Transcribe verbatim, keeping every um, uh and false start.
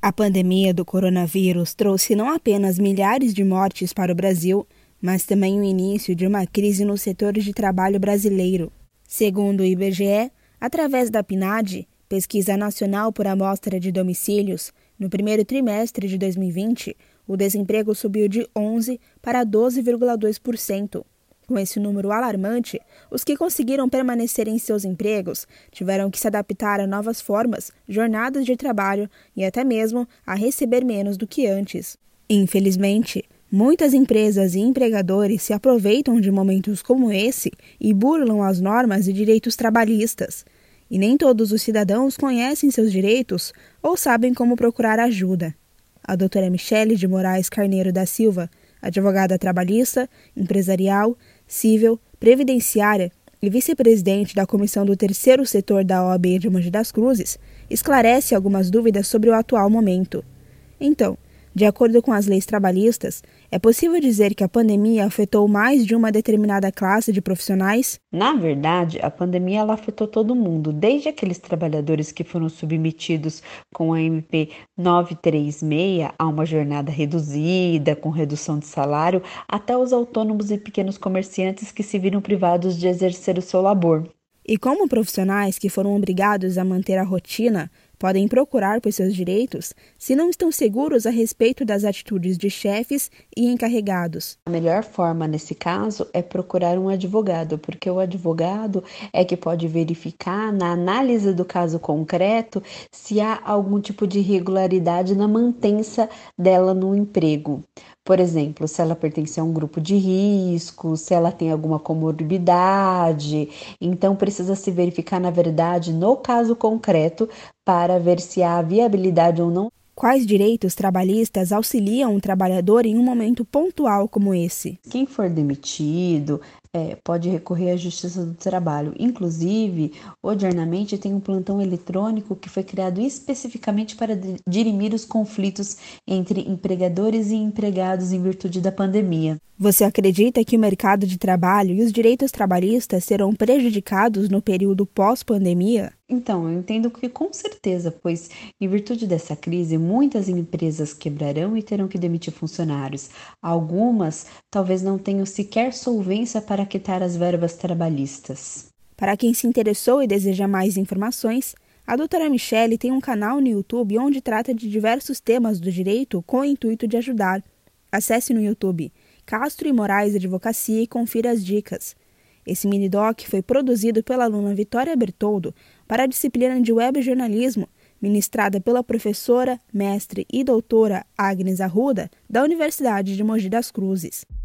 A pandemia do coronavírus trouxe não apenas milhares de mortes para o Brasil, mas também o início de uma crise no setor de trabalho brasileiro. Segundo o I B G E, através da P N A D, Pesquisa Nacional por Amostra de Domicílios, no primeiro trimestre de dois mil e vinte, o desemprego subiu de onze para doze vírgula dois por cento. Com esse número alarmante, os que conseguiram permanecer em seus empregos tiveram que se adaptar a novas formas, jornadas de trabalho e até mesmo a receber menos do que antes. Infelizmente, muitas empresas e empregadores se aproveitam de momentos como esse e burlam as normas e direitos trabalhistas. E nem todos os cidadãos conhecem seus direitos ou sabem como procurar ajuda. A doutora Michele de Moraes Carneiro da Silva, advogada trabalhista, empresarial, civil, previdenciária e vice-presidente da Comissão do Terceiro Setor da O A B de Mogi das Cruzes, esclarece algumas dúvidas sobre o atual momento. Então, de acordo com as leis trabalhistas, é possível dizer que a pandemia afetou mais de uma determinada classe de profissionais? Na verdade, a pandemia ela afetou todo mundo, desde aqueles trabalhadores que foram submetidos com a M P novecentos e trinta e seis a uma jornada reduzida, com redução de salário, até os autônomos e pequenos comerciantes que se viram privados de exercer o seu labor. E como profissionais que foram obrigados a manter a rotina podem procurar por seus direitos se não estão seguros a respeito das atitudes de chefes e encarregados? A melhor forma nesse caso é procurar um advogado, porque o advogado é que pode verificar na análise do caso concreto se há algum tipo de irregularidade na mantença dela no emprego. Por exemplo, se ela pertence a um grupo de risco, se ela tem alguma comorbidade. Então, precisa se verificar, na verdade, no caso concreto, para ver se há viabilidade ou não. Quais direitos trabalhistas auxiliam o trabalhador em um momento pontual como esse? Quem for demitido é, pode recorrer à Justiça do Trabalho. Inclusive, o Diariamente tem um plantão eletrônico que foi criado especificamente para dirimir os conflitos entre empregadores e empregados em virtude da pandemia. Você acredita que o mercado de trabalho e os direitos trabalhistas serão prejudicados no período pós-pandemia? Então, eu entendo que com certeza, pois em virtude dessa crise, muitas empresas quebrarão e terão que demitir funcionários. Algumas talvez não tenham sequer solvência para quitar as verbas trabalhistas. Para quem se interessou e deseja mais informações, a doutora Michele tem um canal no YouTube onde trata de diversos temas do direito com o intuito de ajudar. Acesse no YouTube Castro e Moraes Advocacia e confira as dicas. Esse mini-doc foi produzido pela aluna Vitória Bertoldo para a disciplina de Web Jornalismo, ministrada pela professora, mestre e doutora Agnes Arruda, da Universidade de Mogi das Cruzes.